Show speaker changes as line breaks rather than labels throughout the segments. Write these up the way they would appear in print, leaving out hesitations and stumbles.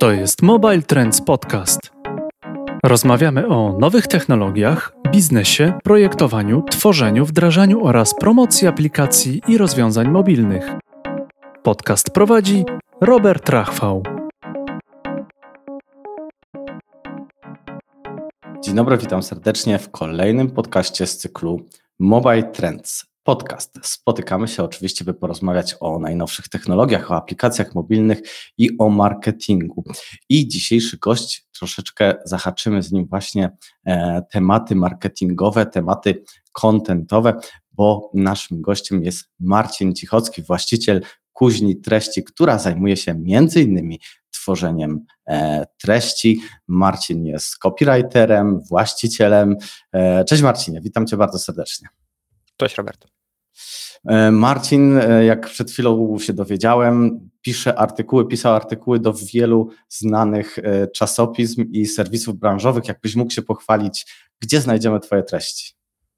To jest Mobile Trends Podcast. Rozmawiamy o nowych technologiach, biznesie, projektowaniu, tworzeniu, wdrażaniu oraz promocji aplikacji i rozwiązań mobilnych. Podcast prowadzi Robert Rachwał.
Dzień dobry, witam serdecznie w kolejnym podcaście z cyklu Mobile Trends Podcast. Spotykamy się oczywiście, by porozmawiać o najnowszych technologiach, o aplikacjach mobilnych i o marketingu. I dzisiejszy gość, troszeczkę zahaczymy z nim właśnie tematy marketingowe, tematy contentowe, bo naszym gościem jest Marcin Cichocki, właściciel Kuźni Treści, która zajmuje się m.in. tworzeniem treści. Marcin jest copywriterem, właścicielem. Cześć Marcinie, witam Cię bardzo serdecznie.
Cześć Robert.
Marcin, jak przed chwilą się dowiedziałem, pisał artykuły do wielu znanych czasopism i serwisów branżowych. Jakbyś mógł się pochwalić, gdzie znajdziemy Twoje treści?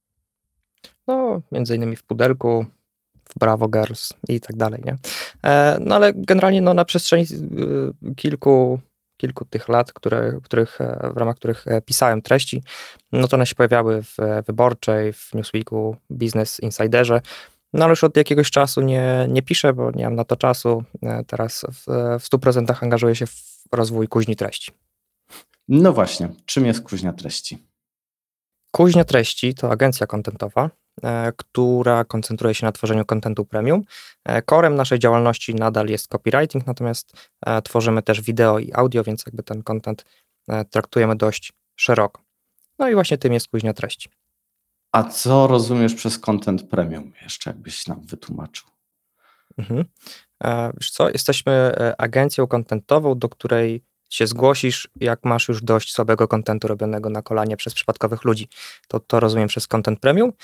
No, między innymi w Pudelku, w Bravo Girls i tak dalej, nie? No ale generalnie na przestrzeni kilku tych lat, w ramach których pisałem treści, no to one się pojawiały w Wyborczej, w Newsweeku, Business Insiderze, no ale już od jakiegoś czasu nie piszę, bo nie mam na to czasu. Teraz w 100% angażuję się w rozwój Kuźni Treści.
No właśnie, czym jest Kuźnia Treści?
Kuźnia Treści to agencja contentowa, która koncentruje się na tworzeniu contentu premium. Corem naszej działalności nadal jest copywriting, natomiast tworzymy też wideo i audio, więc jakby ten content traktujemy dość szeroko. No i właśnie tym jest Kuźnia Treści.
A co rozumiesz przez content premium? Jeszcze jakbyś nam wytłumaczył.
Wiesz co, jesteśmy agencją contentową, do której się zgłosisz, jak masz już dość słabego contentu robionego na kolanie przez przypadkowych ludzi. To rozumiem przez content premium.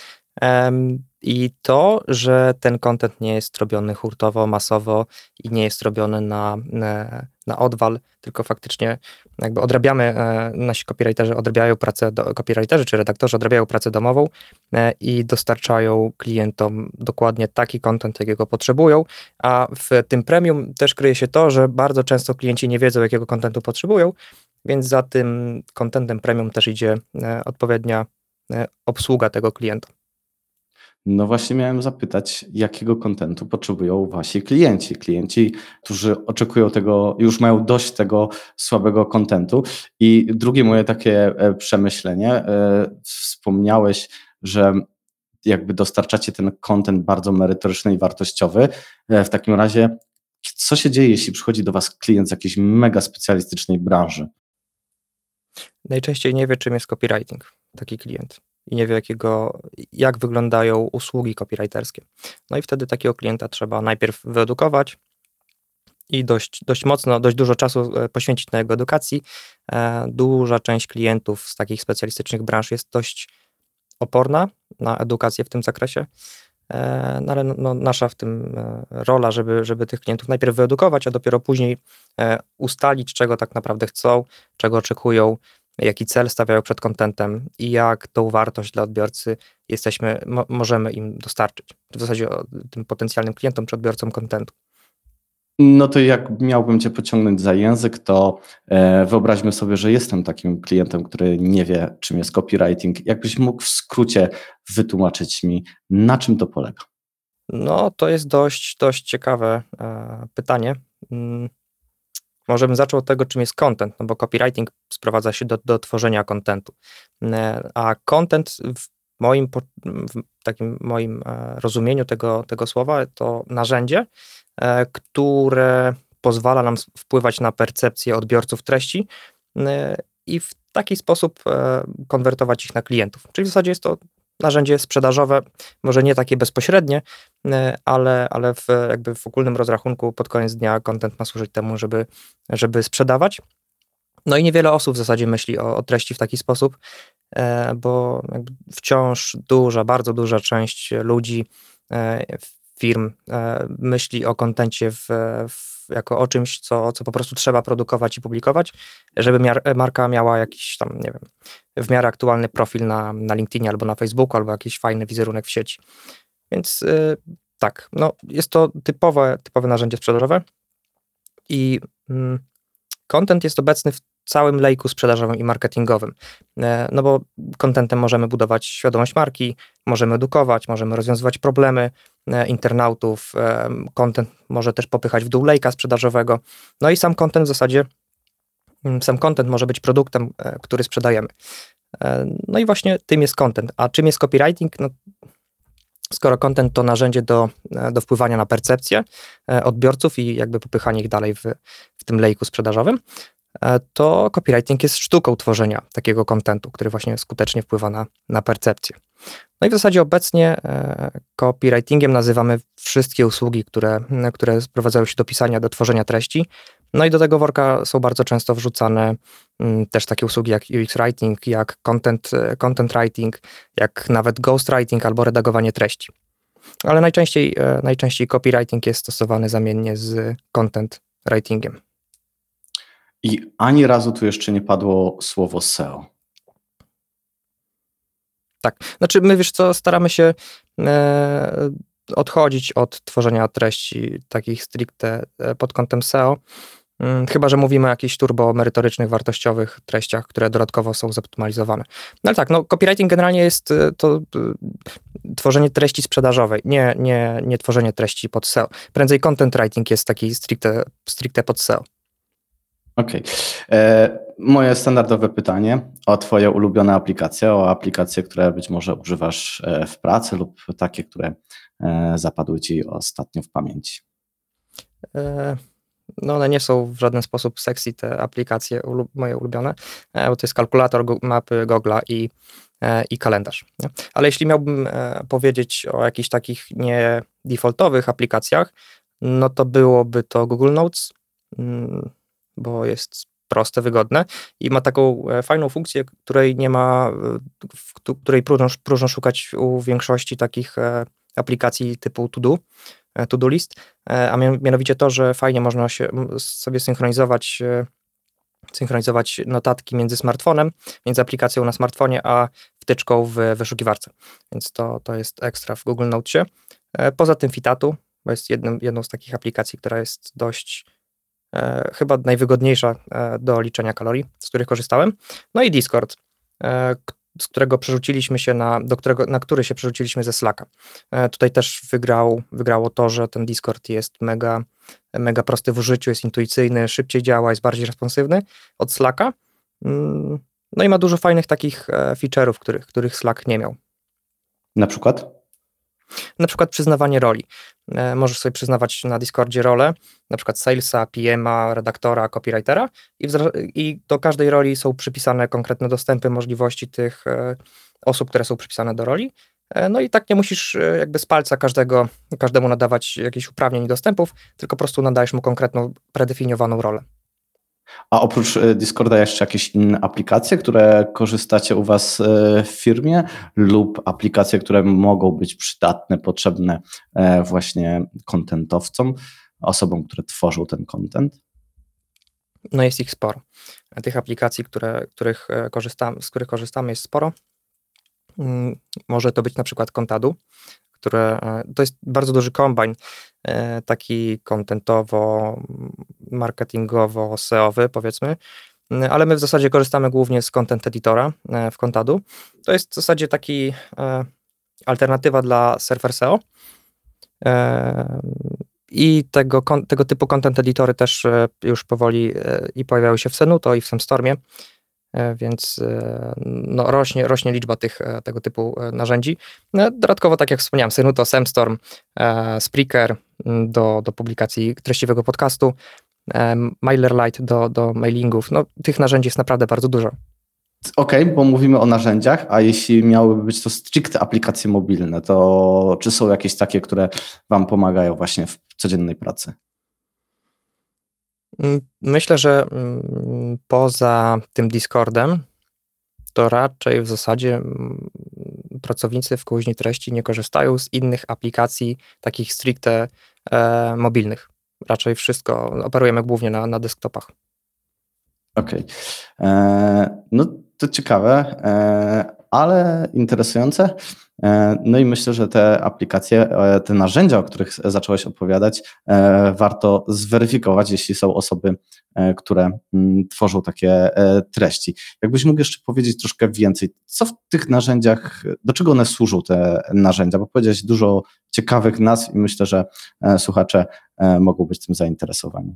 I to, że ten content nie jest robiony hurtowo, masowo i nie jest robiony na odwal, tylko faktycznie jakby odrabiamy, nasi copywriterzy odrabiają pracę, copywriterzy czy redaktorzy odrabiają pracę domową i dostarczają klientom dokładnie taki content, jakiego potrzebują, a w tym premium też kryje się to, że bardzo często klienci nie wiedzą, jakiego contentu potrzebują, więc za tym contentem premium też idzie odpowiednia obsługa tego klienta.
No właśnie miałem zapytać, jakiego kontentu potrzebują wasi klienci? Klienci, którzy oczekują tego, już mają dość tego słabego kontentu. I drugie moje takie przemyślenie, wspomniałeś, że jakby dostarczacie ten content bardzo merytoryczny i wartościowy. W takim razie, co się dzieje, jeśli przychodzi do was klient z jakiejś mega specjalistycznej branży?
Najczęściej nie wie, czym jest copywriting, taki klient. I nie wie, jak wyglądają usługi copywriterskie. No i wtedy takiego klienta trzeba najpierw wyedukować i dość dużo czasu poświęcić na jego edukacji. Duża część klientów z takich specjalistycznych branż jest dość oporna na edukację w tym zakresie, no ale nasza w tym rola, żeby tych klientów najpierw wyedukować, a dopiero później ustalić, czego tak naprawdę chcą, czego oczekują, jaki cel stawiają przed contentem i jak tą wartość dla odbiorcy możemy im dostarczyć. W zasadzie tym potencjalnym klientom czy odbiorcom contentu.
No to jak miałbym Cię pociągnąć za język, to wyobraźmy sobie, że jestem takim klientem, który nie wie, czym jest copywriting. Jakbyś mógł w skrócie wytłumaczyć mi, na czym to polega?
No to jest dość ciekawe pytanie. Może bym zaczął od tego, czym jest content, no bo copywriting sprowadza się do tworzenia contentu. A content w takim moim rozumieniu tego słowa to narzędzie, które pozwala nam wpływać na percepcję odbiorców treści i w taki sposób konwertować ich na klientów. Czyli w zasadzie jest to narzędzie sprzedażowe, może nie takie bezpośrednie, ale w ogólnym rozrachunku pod koniec dnia content ma służyć temu, żeby sprzedawać. No i niewiele osób w zasadzie myśli o treści w taki sposób, bo wciąż bardzo duża część ludzi, firm myśli o kontencie jako o czymś, co po prostu trzeba produkować i publikować, żeby marka miała jakiś tam, nie wiem, w miarę aktualny profil na LinkedInie albo na Facebooku, albo jakiś fajny wizerunek w sieci. Więc tak, no jest to typowe narzędzie sprzedażowe i content jest obecny w całym lejku sprzedażowym i marketingowym, no bo contentem możemy budować świadomość marki, możemy edukować, możemy rozwiązywać problemy internautów, content może też popychać w dół lejka sprzedażowego, no i sam content w zasadzie, sam content może być produktem, który sprzedajemy. No i właśnie tym jest content. A czym jest copywriting? No, skoro content to narzędzie do wpływania na percepcję odbiorców i jakby popychanie ich dalej w tym lejku sprzedażowym, to copywriting jest sztuką tworzenia takiego contentu, który właśnie skutecznie wpływa na percepcję. No i w zasadzie obecnie copywritingiem nazywamy wszystkie usługi, które sprowadzają się do pisania, do tworzenia treści. No i do tego worka są bardzo często wrzucane też takie usługi jak UX writing, jak content writing, jak nawet ghostwriting albo redagowanie treści. Ale najczęściej copywriting jest stosowany zamiennie z content writingiem.
I ani razu tu jeszcze nie padło słowo SEO.
Tak, znaczy my, wiesz co, staramy się odchodzić od tworzenia treści takich stricte pod kątem SEO, chyba że mówimy o jakichś turbo merytorycznych, wartościowych treściach, które dodatkowo są zoptymalizowane. No ale tak, no copywriting generalnie jest to tworzenie treści sprzedażowej, nie tworzenie treści pod SEO. Prędzej content writing jest taki stricte pod SEO.
Okej. Moje standardowe pytanie o twoje ulubione aplikacje, o aplikacje, które być może używasz w pracy lub takie, które zapadły ci ostatnio w pamięci.
No one nie są w żaden sposób sexy, te aplikacje moje ulubione, bo to jest kalkulator, mapy Google'a i kalendarz. Nie? Ale jeśli miałbym powiedzieć o jakichś takich nie defaultowych aplikacjach, no to byłoby to Google Notes, bo jest proste, wygodne i ma taką fajną funkcję, której nie ma, której próżno szukać u większości takich aplikacji typu to-do list, a mianowicie to, że fajnie można sobie synchronizować notatki między smartfonem, między aplikacją na smartfonie, a wtyczką w wyszukiwarce. Więc to jest ekstra w Google Notesie. Poza tym Fitatu, bo jest jedną z takich aplikacji, która jest dość chyba najwygodniejsza do liczenia kalorii, z których korzystałem. No i Discord, z którego przerzuciliśmy się na który się przerzuciliśmy ze Slacka. Tutaj też wygrało to, że ten Discord jest mega prosty w użyciu, jest intuicyjny, szybciej działa, jest bardziej responsywny od Slacka. No i ma dużo fajnych takich feature'ów, których Slack nie miał.
Na przykład?
Na przykład przyznawanie roli. Możesz sobie przyznawać na Discordzie rolę, na przykład salesa, PM-a, redaktora, copywritera i do każdej roli są przypisane konkretne dostępy, możliwości tych osób, które są przypisane do roli. No i tak nie musisz jakby z palca każdemu nadawać jakichś uprawnień i dostępów, tylko po prostu nadajesz mu konkretną, predefiniowaną rolę.
A oprócz Discorda jeszcze jakieś inne aplikacje, które korzystacie u was w firmie lub aplikacje, które mogą być przydatne, potrzebne właśnie kontentowcom, osobom, które tworzą ten content?
No jest ich sporo. Tych aplikacji, z których korzystamy jest sporo. Może to być na przykład Contadu, to jest bardzo duży kombajn, taki contentowo, marketingowo, SEO-owy powiedzmy, ale my w zasadzie korzystamy głównie z content editora w Contadu. To jest w zasadzie taki alternatywa dla Surfer SEO i tego typu content editory też już powoli i pojawiały się w Senuto i w Semstormie, więc no, rośnie liczba tego typu narzędzi. Dodatkowo, tak jak wspomniałem, Senuto, Semstorm, Spreaker do publikacji treściwego podcastu, MailerLite do mailingów. No, tych narzędzi jest naprawdę bardzo dużo.
Okej, bo mówimy o narzędziach, a jeśli miałyby być to stricte aplikacje mobilne, to czy są jakieś takie, które wam pomagają właśnie w codziennej pracy?
Myślę, że poza tym Discordem to raczej w zasadzie pracownicy w kuźni treści nie korzystają z innych aplikacji takich stricte mobilnych. Raczej wszystko operujemy głównie na desktopach.
Okej. No to ciekawe. ale interesujące. No i myślę, że te aplikacje, te narzędzia, o których zacząłeś opowiadać, warto zweryfikować, jeśli są osoby, które tworzą takie treści. Jakbyś mógł jeszcze powiedzieć troszkę więcej, co w tych narzędziach, do czego one służą, te narzędzia, bo powiedziałeś dużo ciekawych nazw i myślę, że słuchacze mogą być tym zainteresowani.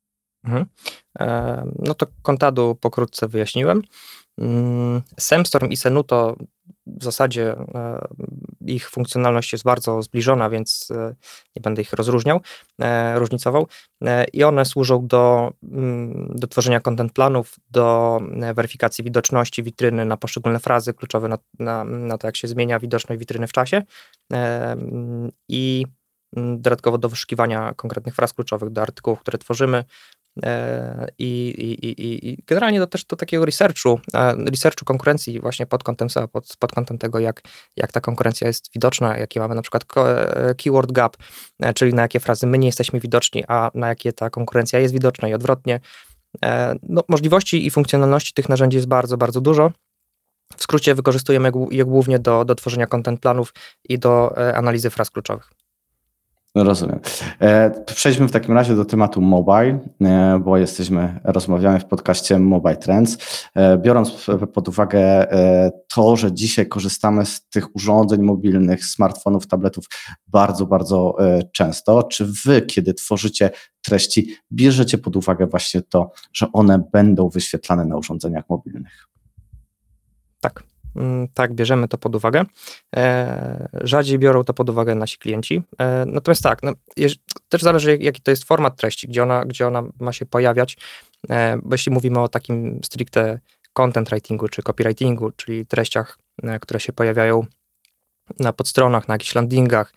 No to Contadu pokrótce wyjaśniłem. SEMstorm i Senuto w zasadzie ich funkcjonalność jest bardzo zbliżona, więc nie będę ich różnicował. I one służą do tworzenia content planów, do weryfikacji widoczności witryny na poszczególne frazy kluczowe, na to, jak się zmienia widoczność witryny w czasie i dodatkowo do wyszukiwania konkretnych fraz kluczowych do artykułów, które tworzymy. I generalnie to też do takiego researchu konkurencji właśnie pod kątem SEO, pod kątem tego, jak ta konkurencja jest widoczna, jakie mamy na przykład keyword gap, czyli na jakie frazy my nie jesteśmy widoczni, a na jakie ta konkurencja jest widoczna i odwrotnie. No, możliwości i funkcjonalności tych narzędzi jest bardzo, bardzo dużo. W skrócie wykorzystujemy je głównie do tworzenia content planów i do analizy fraz kluczowych.
Rozumiem. Przejdźmy w takim razie do tematu mobile, bo rozmawiamy w podcaście Mobile Trends. Biorąc pod uwagę to, że dzisiaj korzystamy z tych urządzeń mobilnych, smartfonów, tabletów bardzo, bardzo często, czy wy, kiedy tworzycie treści, bierzecie pod uwagę właśnie to, że one będą wyświetlane na urządzeniach mobilnych?
Tak, bierzemy to pod uwagę. Rzadziej biorą to pod uwagę nasi klienci. Natomiast tak, też zależy, jaki to jest format treści, gdzie ona ma się pojawiać, bo jeśli mówimy o takim stricte content writingu czy copywritingu, czyli treściach, które się pojawiają na podstronach, na jakichś landingach,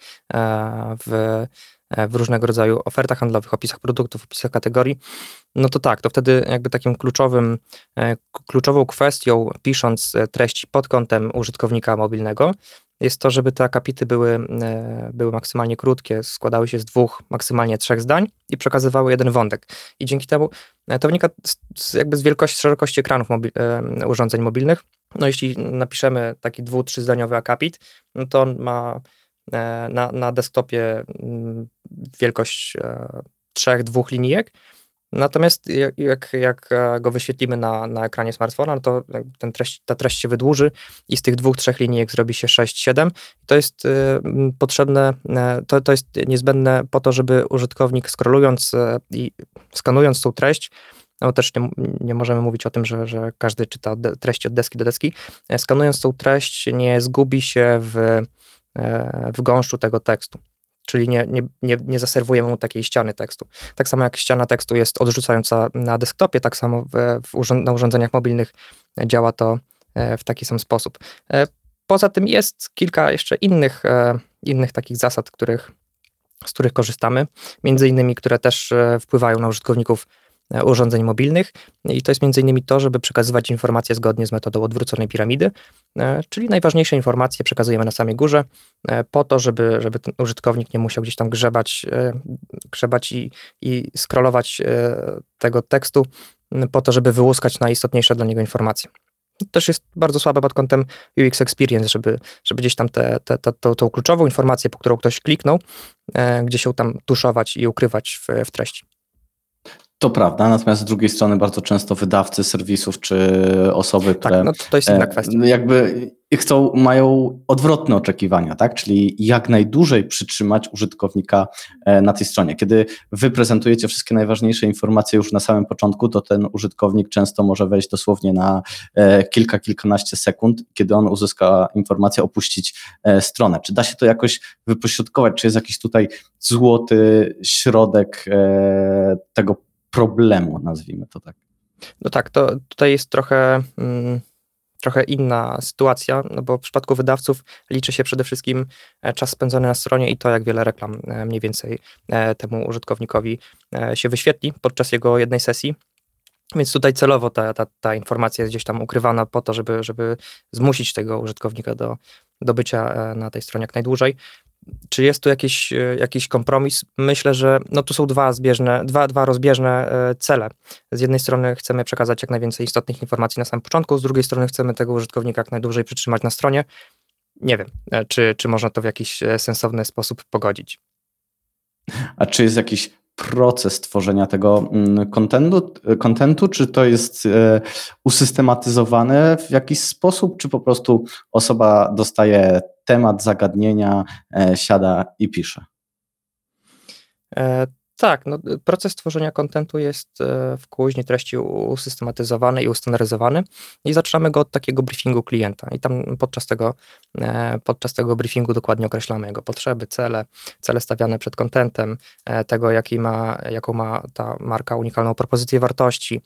w różnego rodzaju ofertach handlowych, opisach produktów, opisach kategorii, no to tak, to wtedy jakby takim kluczową kwestią, pisząc treści pod kątem użytkownika mobilnego, jest to, żeby te akapity były maksymalnie krótkie, składały się z 2, maksymalnie 3 zdań i przekazywały jeden wątek. I dzięki temu to wynika z szerokości ekranów urządzeń mobilnych. No jeśli napiszemy taki 2-3 zdaniowy akapit, no to on ma na desktopie wielkość 3-2 linijek, natomiast jak go wyświetlimy na ekranie smartfona, no to ta treść się wydłuży i z tych 2-3 linijek zrobi się 6-7. To jest potrzebne, to jest niezbędne po to, żeby użytkownik scrollując i skanując tą treść, no też nie możemy mówić o tym, że każdy czyta treści od deski do deski, skanując tą treść nie zgubi się w gąszczu tego tekstu, czyli nie zaserwujemy mu takiej ściany tekstu. Tak samo jak ściana tekstu jest odrzucająca na desktopie, tak samo na urządzeniach mobilnych działa to w taki sam sposób. Poza tym jest kilka jeszcze innych takich zasad, z których korzystamy, między innymi, które też wpływają na użytkowników urządzeń mobilnych i to jest między innymi to, żeby przekazywać informacje zgodnie z metodą odwróconej piramidy, czyli najważniejsze informacje przekazujemy na samej górze po to, żeby ten użytkownik nie musiał gdzieś tam grzebać i scrollować tego tekstu po to, żeby wyłuskać najistotniejsze dla niego informacje. To też jest bardzo słabe pod kątem UX Experience, żeby gdzieś tam tą kluczową informację, po którą ktoś kliknął, gdzieś ją tam tuszować i ukrywać w treści.
To prawda, natomiast z drugiej strony bardzo często wydawcy serwisów czy osoby, które
tak, no to jest inna kwestia.
Jakby mają odwrotne oczekiwania, tak? Czyli jak najdłużej przytrzymać użytkownika na tej stronie. Kiedy wy prezentujecie wszystkie najważniejsze informacje już na samym początku, to ten użytkownik często może wejść dosłownie na kilkanaście sekund, kiedy on uzyska informację, opuścić stronę. Czy da się to jakoś wypośrodkować? Czy jest jakiś tutaj złoty środek tego problemu, nazwijmy to tak?
No tak, to tutaj jest trochę inna sytuacja, no bo w przypadku wydawców liczy się przede wszystkim czas spędzony na stronie i to, jak wiele reklam mniej więcej temu użytkownikowi się wyświetli podczas jego jednej sesji. Więc tutaj celowo ta informacja jest gdzieś tam ukrywana po to, żeby zmusić tego użytkownika do bycia na tej stronie jak najdłużej. Czy jest tu jakiś kompromis? Myślę, że tu są dwa rozbieżne cele. Z jednej strony chcemy przekazać jak najwięcej istotnych informacji na samym początku, z drugiej strony chcemy tego użytkownika jak najdłużej przytrzymać na stronie. Nie wiem, czy można to w jakiś sensowny sposób pogodzić.
A czy jest jakiś proces tworzenia tego kontentu, czy to jest usystematyzowane w jakiś sposób, czy po prostu osoba dostaje temat, zagadnienia, siada i pisze?
Tak, proces tworzenia kontentu jest w kuźni treści usystematyzowany i ustandaryzowany i zaczynamy go od takiego briefingu klienta i tam podczas tego briefingu dokładnie określamy jego potrzeby, cele stawiane przed kontentem, tego jaką ma ta marka unikalną propozycję wartości,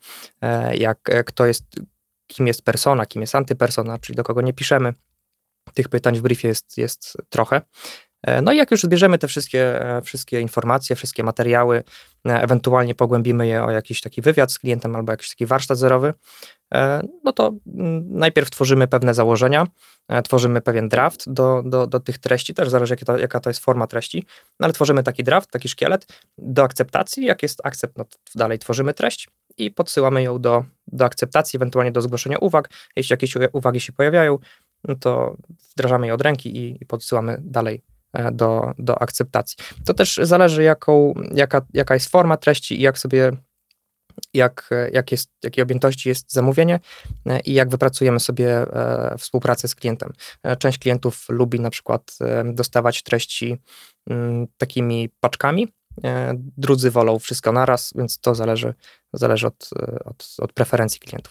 kim jest persona, kim jest antypersona, czyli do kogo nie piszemy. Tych pytań w briefie jest trochę. No i jak już zbierzemy te wszystkie informacje, wszystkie materiały, ewentualnie pogłębimy je o jakiś taki wywiad z klientem albo jakiś taki warsztat zerowy, no to najpierw tworzymy pewne założenia, tworzymy pewien draft do tych treści, też zależy jaka to jest forma treści, no ale tworzymy taki draft, taki szkielet do akceptacji, jak jest akcept, no to dalej tworzymy treść i podsyłamy ją do akceptacji, ewentualnie do zgłoszenia uwag. Jeśli jakieś uwagi się pojawiają, no to wdrażamy je od ręki i podsyłamy dalej do akceptacji. To też zależy jaka jest forma treści i jakiej objętości jest zamówienie i jak wypracujemy sobie współpracę z klientem. Część klientów lubi na przykład dostawać treści takimi paczkami, drudzy wolą wszystko naraz, więc to zależy od preferencji klientów.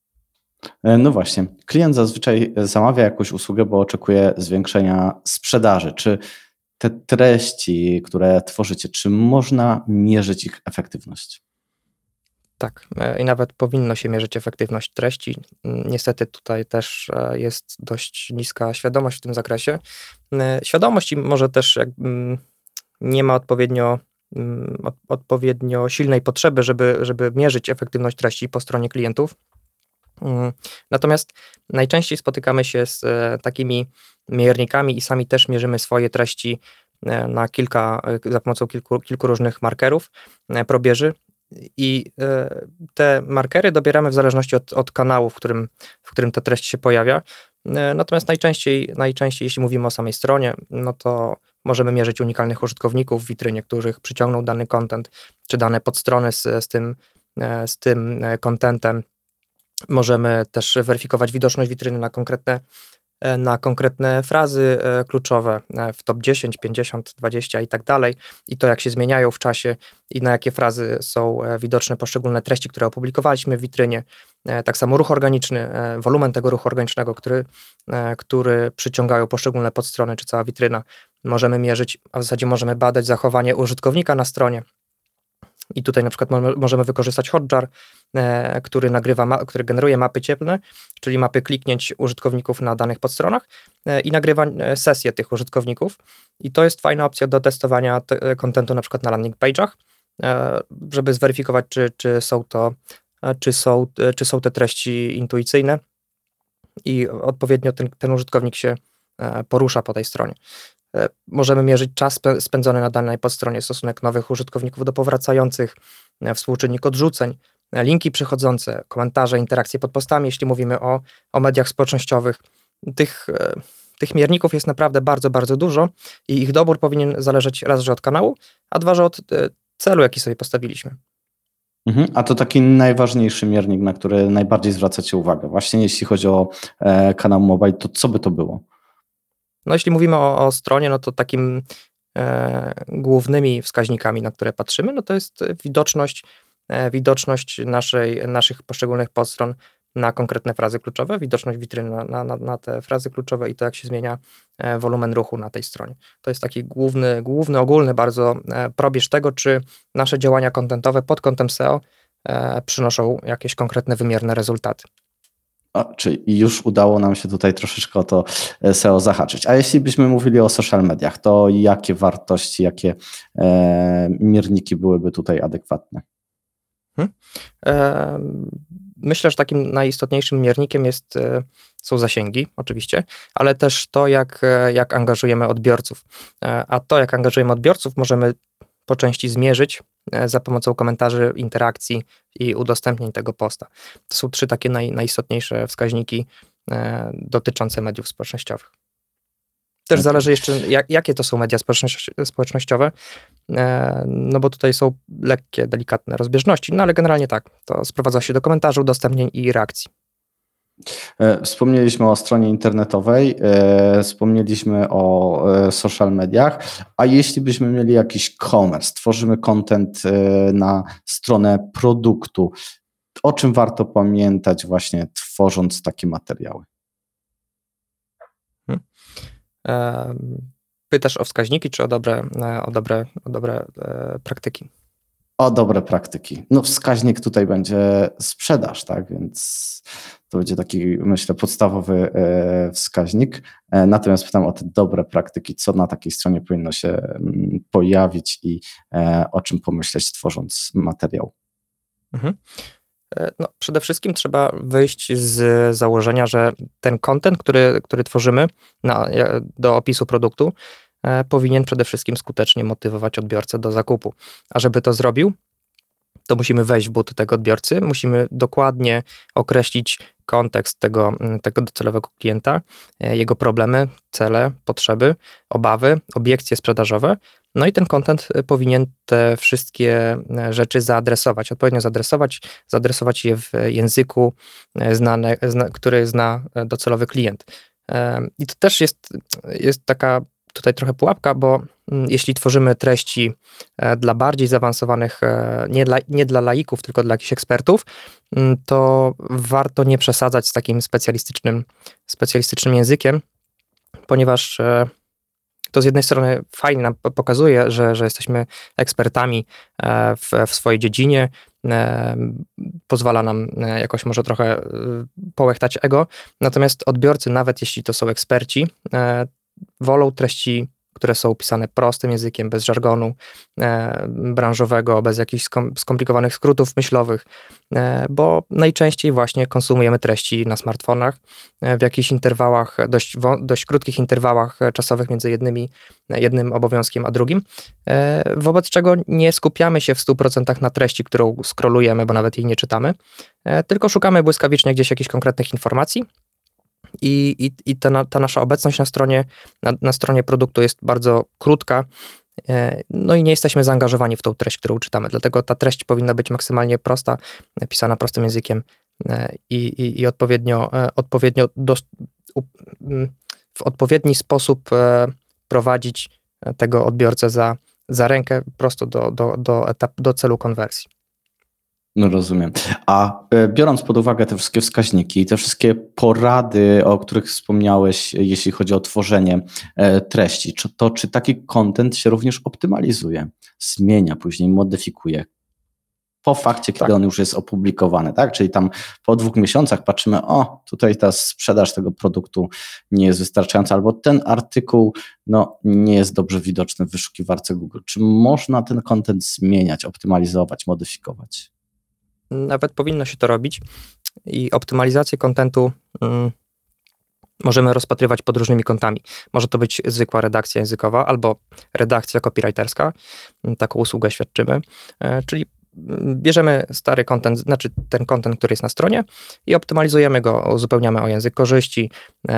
No właśnie, klient zazwyczaj zamawia jakąś usługę, bo oczekuje zwiększenia sprzedaży. Czy te treści, które tworzycie, czy można mierzyć ich efektywność?
Tak, i nawet powinno się mierzyć efektywność treści. Niestety tutaj też jest dość niska świadomość w tym zakresie. Świadomość i może też nie ma odpowiednio silnej potrzeby, żeby mierzyć efektywność treści po stronie klientów. Natomiast najczęściej spotykamy się z takimi miernikami i sami też mierzymy swoje treści za pomocą kilku różnych markerów, probierzy i te markery dobieramy w zależności od kanału, w którym ta treść się pojawia. Natomiast najczęściej, jeśli mówimy o samej stronie, no to możemy mierzyć unikalnych użytkowników w witrynie, których przyciągnął dany content, czy dane podstrony z tym contentem. Możemy też weryfikować widoczność witryny na konkretne frazy kluczowe w top 10, 50, 20 i tak dalej i to jak się zmieniają w czasie i na jakie frazy są widoczne poszczególne treści, które opublikowaliśmy w witrynie. Tak samo ruch organiczny, wolumen tego ruchu organicznego, który przyciągają poszczególne podstrony czy cała witryna. Możemy mierzyć, a w zasadzie możemy badać zachowanie użytkownika na stronie. I tutaj na przykład możemy wykorzystać Hotjar, który generuje mapy cieplne, czyli mapy kliknięć użytkowników na danych podstronach i nagrywa sesje tych użytkowników. I to jest fajna opcja do testowania kontentu na przykład na landing page'ach, żeby zweryfikować, czy są te treści intuicyjne i odpowiednio ten użytkownik się porusza po tej stronie. Możemy mierzyć czas spędzony na danej podstronie, stosunek nowych użytkowników do powracających, współczynnik odrzuceń, linki przychodzące, komentarze, interakcje pod postami, jeśli mówimy o mediach społecznościowych. Tych mierników jest naprawdę bardzo, bardzo dużo i ich dobór powinien zależeć raz, że od kanału, a dwa, że od celu, jaki sobie postawiliśmy.
A to taki najważniejszy miernik, na który najbardziej zwracacie uwagę. Właśnie jeśli chodzi o kanał mobile, to co by to było?
No jeśli mówimy o stronie, no to takim głównymi wskaźnikami, na które patrzymy, no to jest widoczność naszych poszczególnych podstron na konkretne frazy kluczowe, widoczność witryny na te frazy kluczowe i to, jak się zmienia wolumen ruchu na tej stronie. To jest taki główny, ogólny bardzo probierz tego, czy nasze działania kontentowe pod kątem SEO przynoszą jakieś konkretne, wymierne rezultaty.
Czyli już udało nam się tutaj troszeczkę o to SEO zahaczyć. A jeśli byśmy mówili o social mediach, to jakie wartości, jakie mierniki byłyby tutaj adekwatne?
myślę, że takim najistotniejszym miernikiem są zasięgi, oczywiście, ale też to, jak angażujemy odbiorców. A to, jak angażujemy odbiorców, możemy po części zmierzyć za pomocą komentarzy, interakcji i udostępnień tego posta. To są 3 takie najistotniejsze wskaźniki dotyczące mediów społecznościowych. Też zależy jeszcze, jakie to są media społecznościowe, no bo tutaj są lekkie, delikatne rozbieżności, no ale generalnie tak, to sprowadza się do komentarzy, udostępnień i reakcji.
Wspomnieliśmy o stronie internetowej, wspomnieliśmy o social mediach, a jeśli byśmy mieli jakiś commerce, tworzymy content na stronę produktu, o czym warto pamiętać właśnie tworząc takie materiały?
Pytasz o wskaźniki, czy o dobre praktyki?
O dobre praktyki. No wskaźnik tutaj będzie sprzedaż, tak, więc to będzie taki, myślę, podstawowy wskaźnik. Natomiast pytam o te dobre praktyki, co na takiej stronie powinno się pojawić i o czym pomyśleć, tworząc materiał.
No, przede wszystkim trzeba wyjść z założenia, że ten content, który tworzymy do opisu produktu, powinien przede wszystkim skutecznie motywować odbiorcę do zakupu. A żeby to zrobił, to musimy wejść w buty tego odbiorcy, musimy dokładnie określić kontekst tego docelowego klienta, jego problemy, cele, potrzeby, obawy, obiekcje sprzedażowe. No i ten content powinien te wszystkie rzeczy odpowiednio zaadresować je w języku, który zna docelowy klient. I to też jest taka tutaj trochę pułapka, bo jeśli tworzymy treści dla bardziej zaawansowanych, nie dla laików, tylko dla jakichś ekspertów, to warto nie przesadzać z takim specjalistycznym językiem, ponieważ to z jednej strony fajnie nam pokazuje, że jesteśmy ekspertami w swojej dziedzinie, pozwala nam jakoś może trochę połechtać ego, natomiast odbiorcy, nawet jeśli to są eksperci, wolą treści, które są pisane prostym językiem, bez żargonu branżowego, bez jakichś skomplikowanych skrótów myślowych, bo najczęściej właśnie konsumujemy treści na smartfonach w jakichś interwałach, dość krótkich interwałach czasowych między jednym obowiązkiem a drugim, wobec czego nie skupiamy się w 100% na treści, którą scrollujemy, bo nawet jej nie czytamy, tylko szukamy błyskawicznie gdzieś jakichś konkretnych informacji. I ta nasza obecność na stronie produktu jest bardzo krótka, no i nie jesteśmy zaangażowani w tą treść, którą czytamy. Dlatego ta treść powinna być maksymalnie prosta, pisana prostym językiem i w odpowiedni sposób prowadzić tego odbiorcę za rękę prosto do celu konwersji.
No rozumiem. A biorąc pod uwagę te wszystkie wskaźniki, te wszystkie porady, o których wspomniałeś, jeśli chodzi o tworzenie treści, czy taki content się również optymalizuje, zmienia, później modyfikuje po fakcie, kiedy on już jest opublikowany, tak? Czyli tam po 2 miesiącach patrzymy, tutaj ta sprzedaż tego produktu nie jest wystarczająca, albo ten artykuł nie jest dobrze widoczny w wyszukiwarce Google. Czy można ten content zmieniać, optymalizować, modyfikować?
Nawet powinno się to robić i optymalizację kontentu możemy rozpatrywać pod różnymi kątami. Może to być zwykła redakcja językowa albo redakcja copywriterska. Taką usługę świadczymy, czyli bierzemy stary content, znaczy ten content, który jest na stronie i optymalizujemy go, uzupełniamy o język korzyści,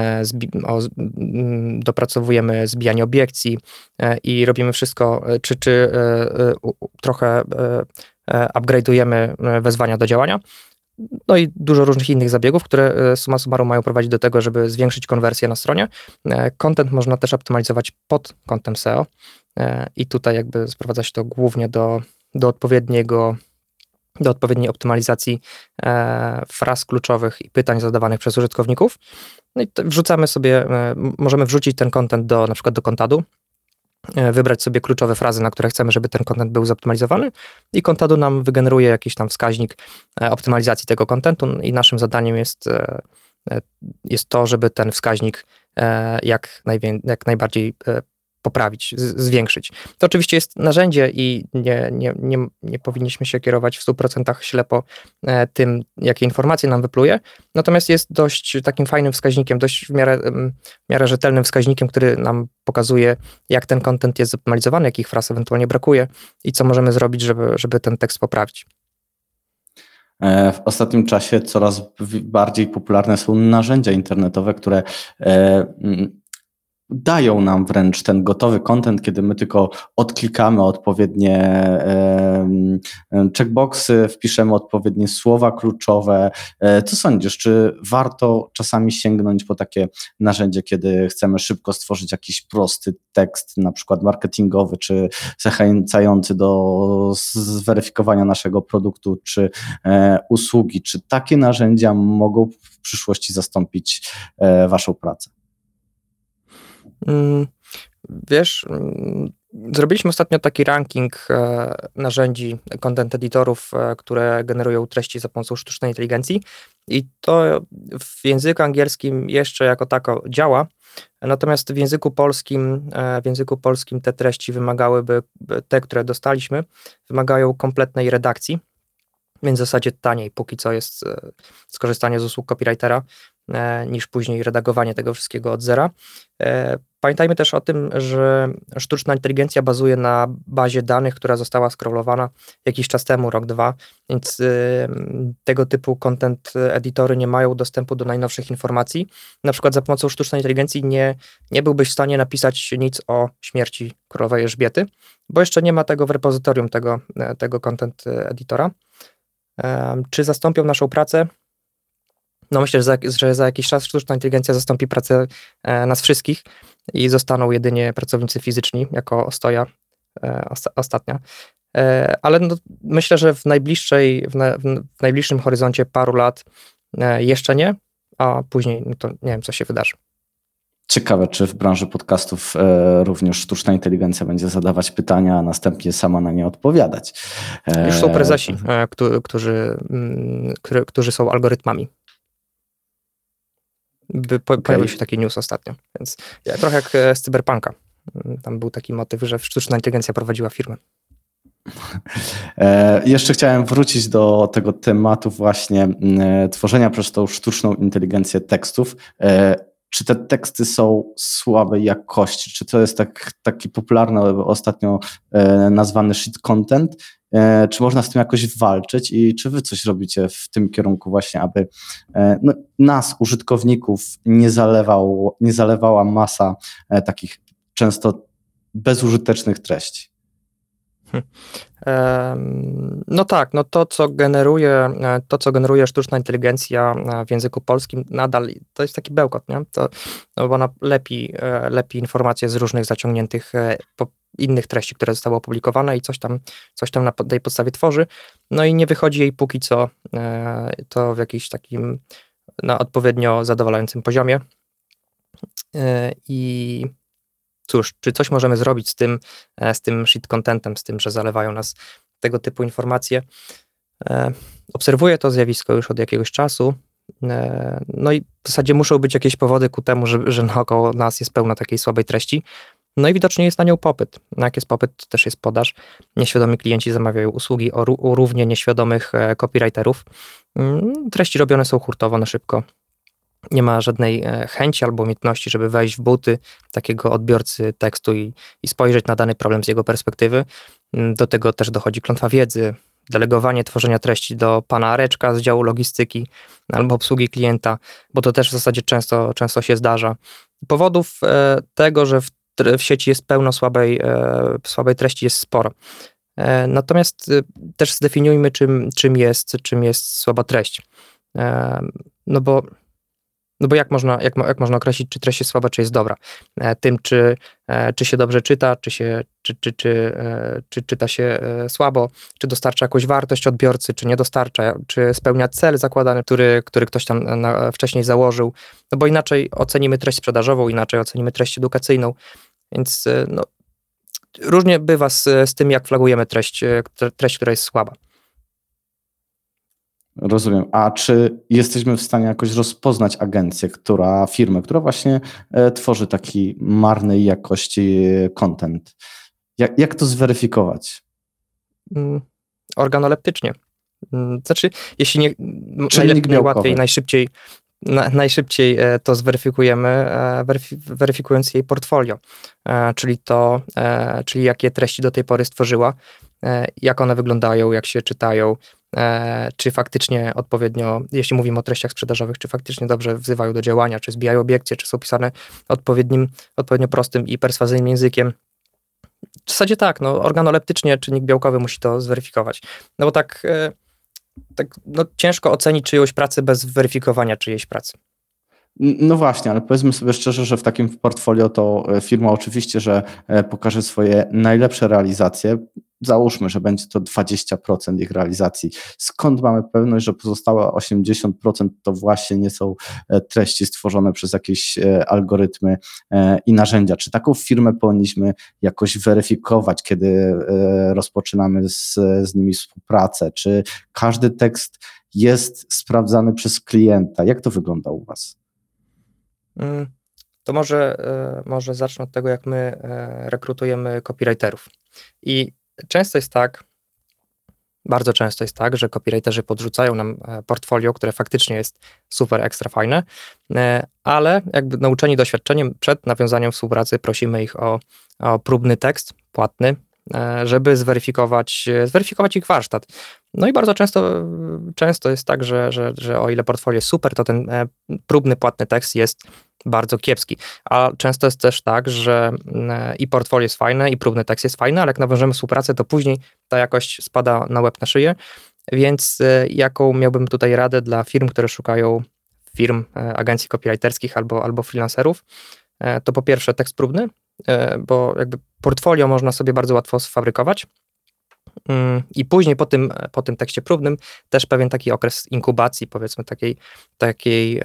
dopracowujemy zbijanie obiekcji i robimy wszystko, czy trochę upgrade'ujemy wezwania do działania. No i dużo różnych innych zabiegów, które summa summarum mają prowadzić do tego, żeby zwiększyć konwersję na stronie. Content można też optymalizować pod kątem SEO i tutaj jakby sprowadza się to głównie do odpowiedniej optymalizacji fraz kluczowych i pytań zadawanych przez użytkowników. No i możemy wrzucić ten content na przykład do Contadu, wybrać sobie kluczowe frazy, na które chcemy, żeby ten content był zoptymalizowany i Contadu nam wygeneruje jakiś tam wskaźnik optymalizacji tego contentu i naszym zadaniem jest to, żeby ten wskaźnik jak najbardziej poprawić, zwiększyć. To oczywiście jest narzędzie i nie powinniśmy się kierować w 100% ślepo tym, jakie informacje nam wypluje, natomiast jest dość takim fajnym wskaźnikiem, dość w miarę rzetelnym wskaźnikiem, który nam pokazuje, jak ten content jest zoptymalizowany, jakich fraz ewentualnie brakuje i co możemy zrobić, żeby ten tekst poprawić.
W ostatnim czasie coraz bardziej popularne są narzędzia internetowe, które dają nam wręcz ten gotowy content, kiedy my tylko odklikamy odpowiednie checkboxy, wpiszemy odpowiednie słowa kluczowe. Co sądzisz, czy warto czasami sięgnąć po takie narzędzie, kiedy chcemy szybko stworzyć jakiś prosty tekst, na przykład marketingowy, czy zachęcający do zweryfikowania naszego produktu, czy usługi? Czy takie narzędzia mogą w przyszłości zastąpić waszą pracę?
Wiesz, zrobiliśmy ostatnio taki ranking narzędzi content editorów, które generują treści za pomocą sztucznej inteligencji i to w języku angielskim jeszcze jako tako działa, natomiast w języku polskim te treści wymagałyby, te, które dostaliśmy, wymagają kompletnej redakcji, więc w zasadzie taniej póki co jest skorzystanie z usług copywritera niż później redagowanie tego wszystkiego od zera. Pamiętajmy też o tym, że sztuczna inteligencja bazuje na bazie danych, która została scrollowana jakiś czas temu, rok, dwa, więc tego typu content editory nie mają dostępu do najnowszych informacji. Na przykład za pomocą sztucznej inteligencji nie byłbyś w stanie napisać nic o śmierci królowej Elżbiety, bo jeszcze nie ma tego w repozytorium tego content editora. Czy zastąpią naszą pracę? No myślę, że za jakiś czas sztuczna inteligencja zastąpi pracę nas wszystkich i zostaną jedynie pracownicy fizyczni jako ostoja ostatnia. Ale no, myślę, że w najbliższym horyzoncie paru lat jeszcze nie, a później no to nie wiem, co się wydarzy.
Ciekawe, czy w branży podcastów również sztuczna inteligencja będzie zadawać pytania, a następnie sama na nie odpowiadać.
Już są prezesi, którzy są algorytmami. Pojawił się taki news ostatnio, więc trochę jak z Cyberpunka. Tam był taki motyw, że sztuczna inteligencja prowadziła firmę.
Jeszcze chciałem wrócić do tego tematu właśnie tworzenia przez tą sztuczną inteligencję tekstów. Czy te teksty są słabej jakości? Czy to jest taki popularny ostatnio nazwany shit content? Czy można z tym jakoś walczyć i czy wy coś robicie w tym kierunku właśnie, aby nas, użytkowników, nie zalewała masa takich często bezużytecznych treści?
No tak, no to co generuje sztuczna inteligencja w języku polskim nadal, to jest taki bełkot, nie? Bo ona lepi informacje z różnych zaciągniętych innych treści, które zostały opublikowane i coś tam na tej podstawie tworzy, no i nie wychodzi jej póki co to w jakimś takim na odpowiednio zadowalającym poziomie i cóż, czy coś możemy zrobić z tym shit contentem, z tym, że zalewają nas tego typu informacje? Obserwuję to zjawisko już od jakiegoś czasu, no i w zasadzie muszą być jakieś powody ku temu, że naokoło nas jest pełno takiej słabej treści, no i widocznie jest na nią popyt. No jak jest popyt, też jest podaż. Nieświadomi klienci zamawiają usługi u równie nieświadomych copywriterów. Treści robione są hurtowo, na szybko. Nie ma żadnej chęci albo umiejętności, żeby wejść w buty takiego odbiorcy tekstu i spojrzeć na dany problem z jego perspektywy. Do tego też dochodzi klątwa wiedzy, delegowanie tworzenia treści do pana Areczka z działu logistyki albo obsługi klienta, bo to też w zasadzie często się zdarza. Powodów tego, że w sieci jest pełno słabej treści, jest sporo. Natomiast też zdefiniujmy, czym jest słaba treść. No bo jak można określić, czy treść jest słaba, czy jest dobra? Tym, czy się dobrze czyta, czy czyta się słabo, czy dostarcza jakąś wartość odbiorcy, czy nie dostarcza, czy spełnia cel zakładany, który ktoś tam wcześniej założył. No bo inaczej ocenimy treść sprzedażową, inaczej ocenimy treść edukacyjną. Więc no, różnie bywa z tym, jak flagujemy treść, która jest słaba.
Rozumiem. A czy jesteśmy w stanie jakoś rozpoznać agencję, firmę, która właśnie tworzy taki marnej jakości content? Jak to zweryfikować?
Organoleptycznie. Znaczy, jeśli nie, najłatwiej, najszybciej to zweryfikujemy, weryfikując jej portfolio, czyli jakie treści do tej pory stworzyła, jak one wyglądają, jak się czytają, czy faktycznie odpowiednio, jeśli mówimy o treściach sprzedażowych, czy faktycznie dobrze wzywają do działania, czy zbijają obiekcje, czy są pisane odpowiednio prostym i perswazyjnym językiem. W zasadzie tak, organoleptycznie czynnik białkowy musi to zweryfikować. No bo tak ciężko ocenić czyjąś pracę bez weryfikowania czyjejś pracy.
No właśnie, ale powiedzmy sobie szczerze, że w takim portfolio to firma oczywiście, że pokaże swoje najlepsze realizacje. Załóżmy, że będzie to 20% ich realizacji. Skąd mamy pewność, że pozostałe 80% to właśnie nie są treści stworzone przez jakieś algorytmy i narzędzia? Czy taką firmę powinniśmy jakoś weryfikować, kiedy rozpoczynamy z nimi współpracę? Czy każdy tekst jest sprawdzany przez klienta? Jak to wygląda u Was?
To może zacznę od tego, jak my rekrutujemy copywriterów. I bardzo często jest tak, że copywriterzy podrzucają nam portfolio, które faktycznie jest super ekstra fajne, ale jakby nauczeni doświadczeniem przed nawiązaniem współpracy prosimy ich o próbny tekst płatny, żeby zweryfikować ich warsztat. No i bardzo często jest tak, że o ile portfolio jest super, to ten próbny płatny tekst jest bardzo kiepski. A często jest też tak, że i portfolio jest fajne, i próbny tekst jest fajny, ale jak nawiążemy współpracę, to później ta jakość spada na łeb na szyję. Więc jaką miałbym tutaj radę dla firm, które szukają agencji copywriterskich albo freelancerów, to po pierwsze tekst próbny, bo jakby portfolio można sobie bardzo łatwo sfabrykować i później po tym tekście próbnym też pewien taki okres inkubacji, powiedzmy takiej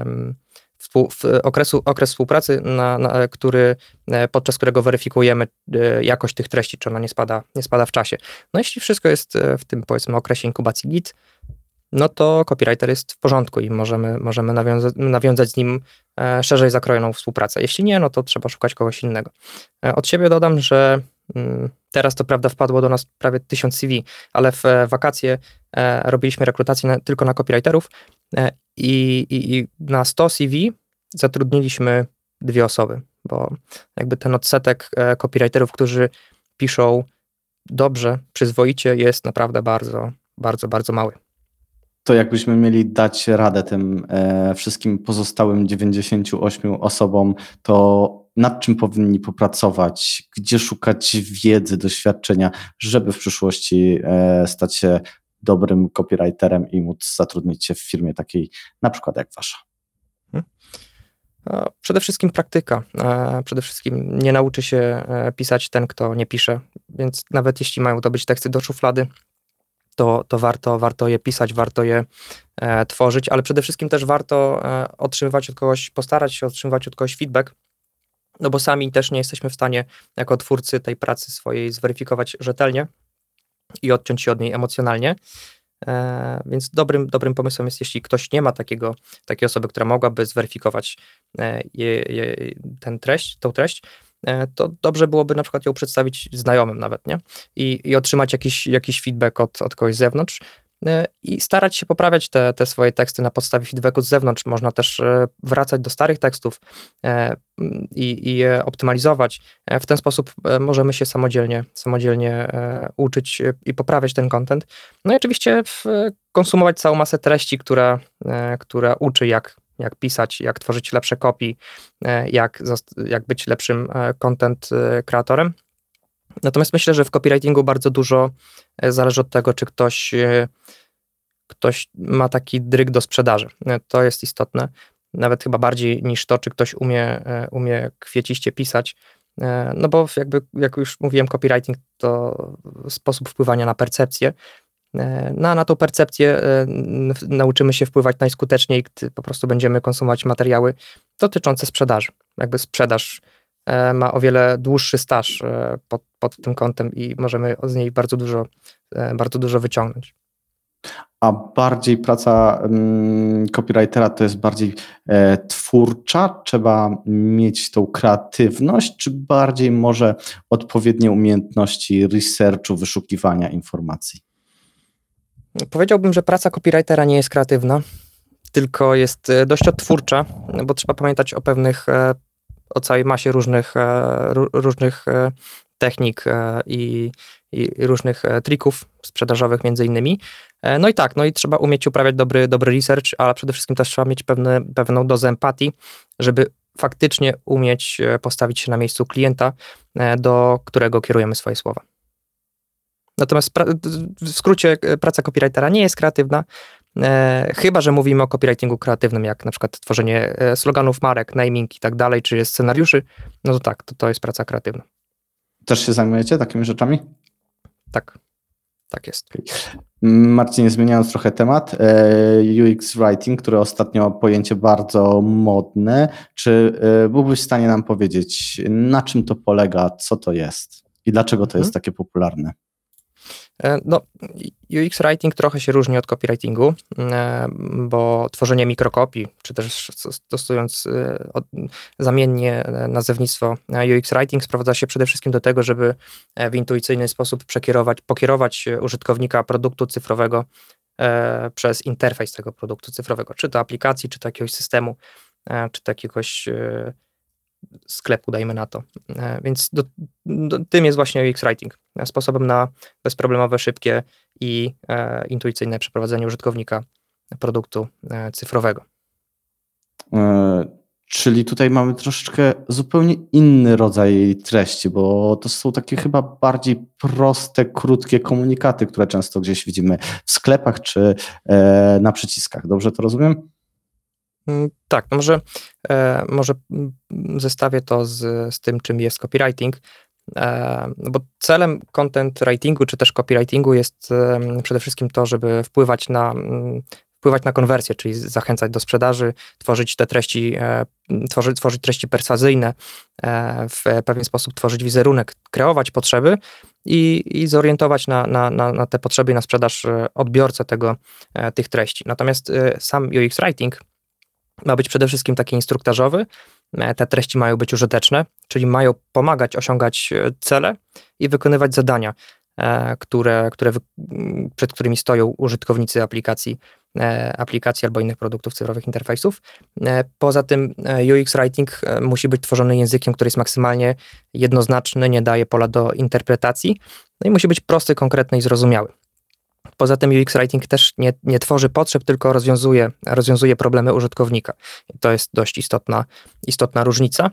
okres współpracy, podczas którego weryfikujemy jakość tych treści, czy ona nie spada w czasie. No jeśli wszystko jest w tym, powiedzmy, okresie inkubacji git, no to copywriter jest w porządku i możemy nawiązać z nim szerzej zakrojoną współpracę. Jeśli nie, no to trzeba szukać kogoś innego. Od siebie dodam, że teraz to prawda wpadło do nas prawie 1000 CV, ale w wakacje robiliśmy rekrutację tylko na copywriterów i na 100 CV zatrudniliśmy 2 osoby, bo jakby ten odsetek copywriterów, którzy piszą dobrze, przyzwoicie, jest naprawdę bardzo, bardzo, bardzo mały.
To jakbyśmy mieli dać radę tym wszystkim pozostałym 98 osobom, to nad czym powinni popracować, gdzie szukać wiedzy, doświadczenia, żeby w przyszłości stać się dobrym copywriterem i móc zatrudnić się w firmie takiej na przykład jak wasza?
Przede wszystkim praktyka. Przede wszystkim nie nauczy się pisać ten, kto nie pisze, więc nawet jeśli mają to być teksty do szuflady, to warto je pisać, warto je tworzyć, ale przede wszystkim też warto postarać się otrzymywać od kogoś feedback, no bo sami też nie jesteśmy w stanie jako twórcy tej pracy swojej zweryfikować rzetelnie i odciąć się od niej emocjonalnie. Więc dobrym pomysłem jest, jeśli ktoś nie ma takiej osoby, która mogłaby zweryfikować tą treść, to dobrze byłoby na przykład ją przedstawić znajomym nawet, nie? I otrzymać jakiś feedback od kogoś z zewnątrz i starać się poprawiać te swoje teksty na podstawie feedbacku z zewnątrz. Można też wracać do starych tekstów i je optymalizować. W ten sposób możemy się samodzielnie uczyć i poprawiać ten content. No i oczywiście konsumować całą masę treści, która uczy jak pisać, jak tworzyć lepsze kopii, jak być lepszym content kreatorem. Natomiast myślę, że w copywritingu bardzo dużo zależy od tego, czy ktoś ma taki dryg do sprzedaży. To jest istotne, nawet chyba bardziej niż to, czy ktoś umie kwieciście pisać. No bo jakby, jak już mówiłem, copywriting to sposób wpływania na percepcję. Na tą percepcję nauczymy się wpływać najskuteczniej, gdy po prostu będziemy konsumować materiały dotyczące sprzedaży. Jakby sprzedaż ma o wiele dłuższy staż pod tym kątem i możemy z niej bardzo dużo wyciągnąć.
A bardziej praca copywritera to jest bardziej twórcza? Trzeba mieć tą kreatywność, czy bardziej może odpowiednie umiejętności researchu, wyszukiwania informacji?
Powiedziałbym, że praca copywritera nie jest kreatywna, tylko jest dość odtwórcza, bo trzeba pamiętać o całej masie różnych technik i różnych trików sprzedażowych między innymi. No i trzeba umieć uprawiać dobry research, ale przede wszystkim też trzeba mieć pewną dozę empatii, żeby faktycznie umieć postawić się na miejscu klienta, do którego kierujemy swoje słowa. Natomiast w skrócie praca copywritera nie jest kreatywna, chyba że mówimy o copywritingu kreatywnym, jak na przykład tworzenie sloganów marek, naming i tak dalej, czy scenariuszy, no to tak, to jest praca kreatywna.
Też się zajmujecie takimi rzeczami?
Tak jest.
Marcinie, zmieniając trochę temat, UX Writing, które ostatnio pojęcie bardzo modne, czy byłbyś w stanie nam powiedzieć, na czym to polega, co to jest i dlaczego to jest takie popularne?
No, UX Writing trochę się różni od copywritingu, bo tworzenie mikrokopii, czy też stosując zamiennie nazewnictwo UX Writing, sprowadza się przede wszystkim do tego, żeby w intuicyjny sposób pokierować użytkownika produktu cyfrowego przez interfejs tego produktu cyfrowego, czy to aplikacji, czy to jakiegoś systemu, czy to jakiegoś sklepu, dajmy na to. Więc tym jest właśnie UX Writing. Sposobem na bezproblemowe, szybkie i intuicyjne przeprowadzenie użytkownika produktu cyfrowego.
Czyli tutaj mamy troszeczkę zupełnie inny rodzaj treści, bo to są takie chyba bardziej proste, krótkie komunikaty, które często gdzieś widzimy w sklepach czy na przyciskach. Dobrze to rozumiem?
Tak, no może zestawię to z tym, czym jest copywriting, bo celem content writingu czy też copywritingu jest przede wszystkim to, żeby wpływać na konwersję, czyli zachęcać do sprzedaży, tworzyć te treści, tworzyć treści perswazyjne, w pewien sposób tworzyć wizerunek, kreować potrzeby i zorientować na te potrzeby i na sprzedaż odbiorcę tych treści. Natomiast sam UX Writing ma być przede wszystkim taki instruktażowy, te treści mają być użyteczne, czyli mają pomagać osiągać cele i wykonywać zadania, przed którymi stoją użytkownicy aplikacji albo innych produktów cyfrowych interfejsów. Poza tym UX Writing musi być tworzony językiem, który jest maksymalnie jednoznaczny, nie daje pola do interpretacji, no i musi być prosty, konkretny i zrozumiały. Poza tym UX Writing też nie tworzy potrzeb, tylko rozwiązuje problemy użytkownika. To jest dość istotna różnica.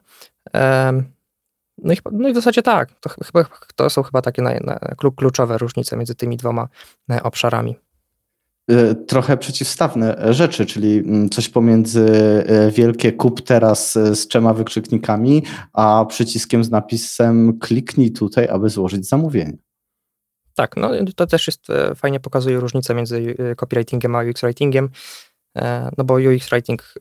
No i w zasadzie tak, to są chyba takie kluczowe różnice między tymi dwoma obszarami.
Trochę przeciwstawne rzeczy, czyli coś pomiędzy wielkie kup teraz z 3 wykrzyknikami, a przyciskiem z napisem kliknij tutaj, aby złożyć zamówienie.
Tak, no to też fajnie pokazuje różnicę między copywritingiem a UX writingiem, no bo UX writing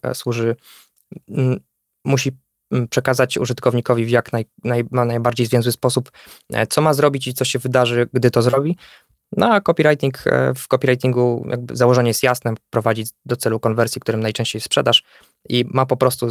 musi przekazać użytkownikowi w najbardziej zwięzły sposób, co ma zrobić i co się wydarzy, gdy to zrobi. No a w copywritingu jakby założenie jest jasne, prowadzi do celu konwersji, którym najczęściej jest sprzedaż i ma po prostu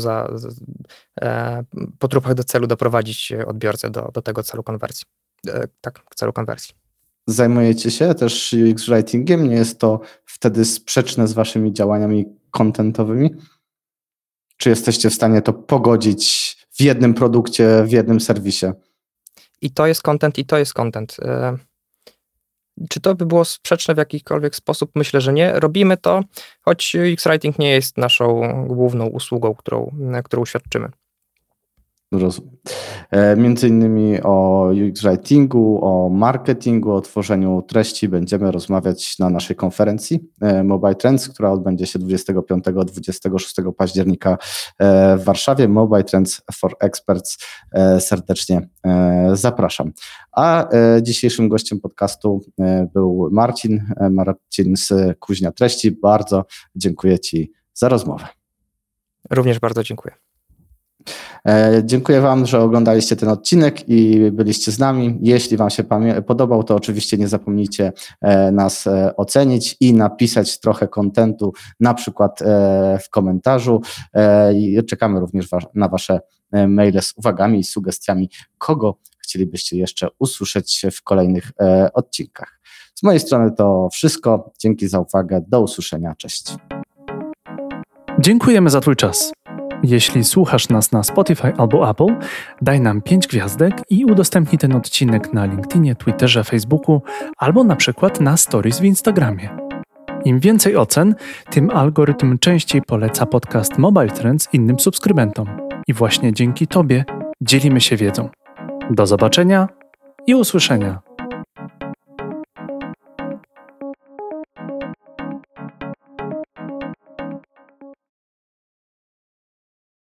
po trupach do celu doprowadzić odbiorcę do tego celu konwersji. Tak, celu konwersji.
Zajmujecie się też UX writingiem? Nie jest to wtedy sprzeczne z waszymi działaniami contentowymi? Czy jesteście w stanie to pogodzić w jednym produkcie, w jednym serwisie?
I to jest content, i to jest content. Czy to by było sprzeczne w jakikolwiek sposób? Myślę, że nie. Robimy to, choć UX writing nie jest naszą główną usługą, którą świadczymy.
Rozumiem. Między innymi o UX writingu, o marketingu, o tworzeniu treści będziemy rozmawiać na naszej konferencji Mobile Trends, która odbędzie się 25-26 października w Warszawie. Mobile Trends for Experts. Serdecznie zapraszam. A dzisiejszym gościem podcastu był Marcin z Kuźnia Treści. Bardzo dziękuję Ci za rozmowę.
Również bardzo dziękuję.
Dziękuję Wam, że oglądaliście ten odcinek i byliście z nami. Jeśli Wam się podobał, to oczywiście nie zapomnijcie nas ocenić i napisać trochę kontentu, na przykład w komentarzu. I czekamy również na Wasze maile z uwagami i sugestiami, kogo chcielibyście jeszcze usłyszeć w kolejnych odcinkach. Z mojej strony to wszystko. Dzięki za uwagę. Do usłyszenia. Cześć.
Dziękujemy za Twój czas. Jeśli słuchasz nas na Spotify albo Apple, daj nam 5 gwiazdek i udostępnij ten odcinek na LinkedInie, Twitterze, Facebooku albo na przykład na Stories w Instagramie. Im więcej ocen, tym algorytm częściej poleca podcast Mobile Trends innym subskrybentom. I właśnie dzięki Tobie dzielimy się wiedzą. Do zobaczenia i usłyszenia.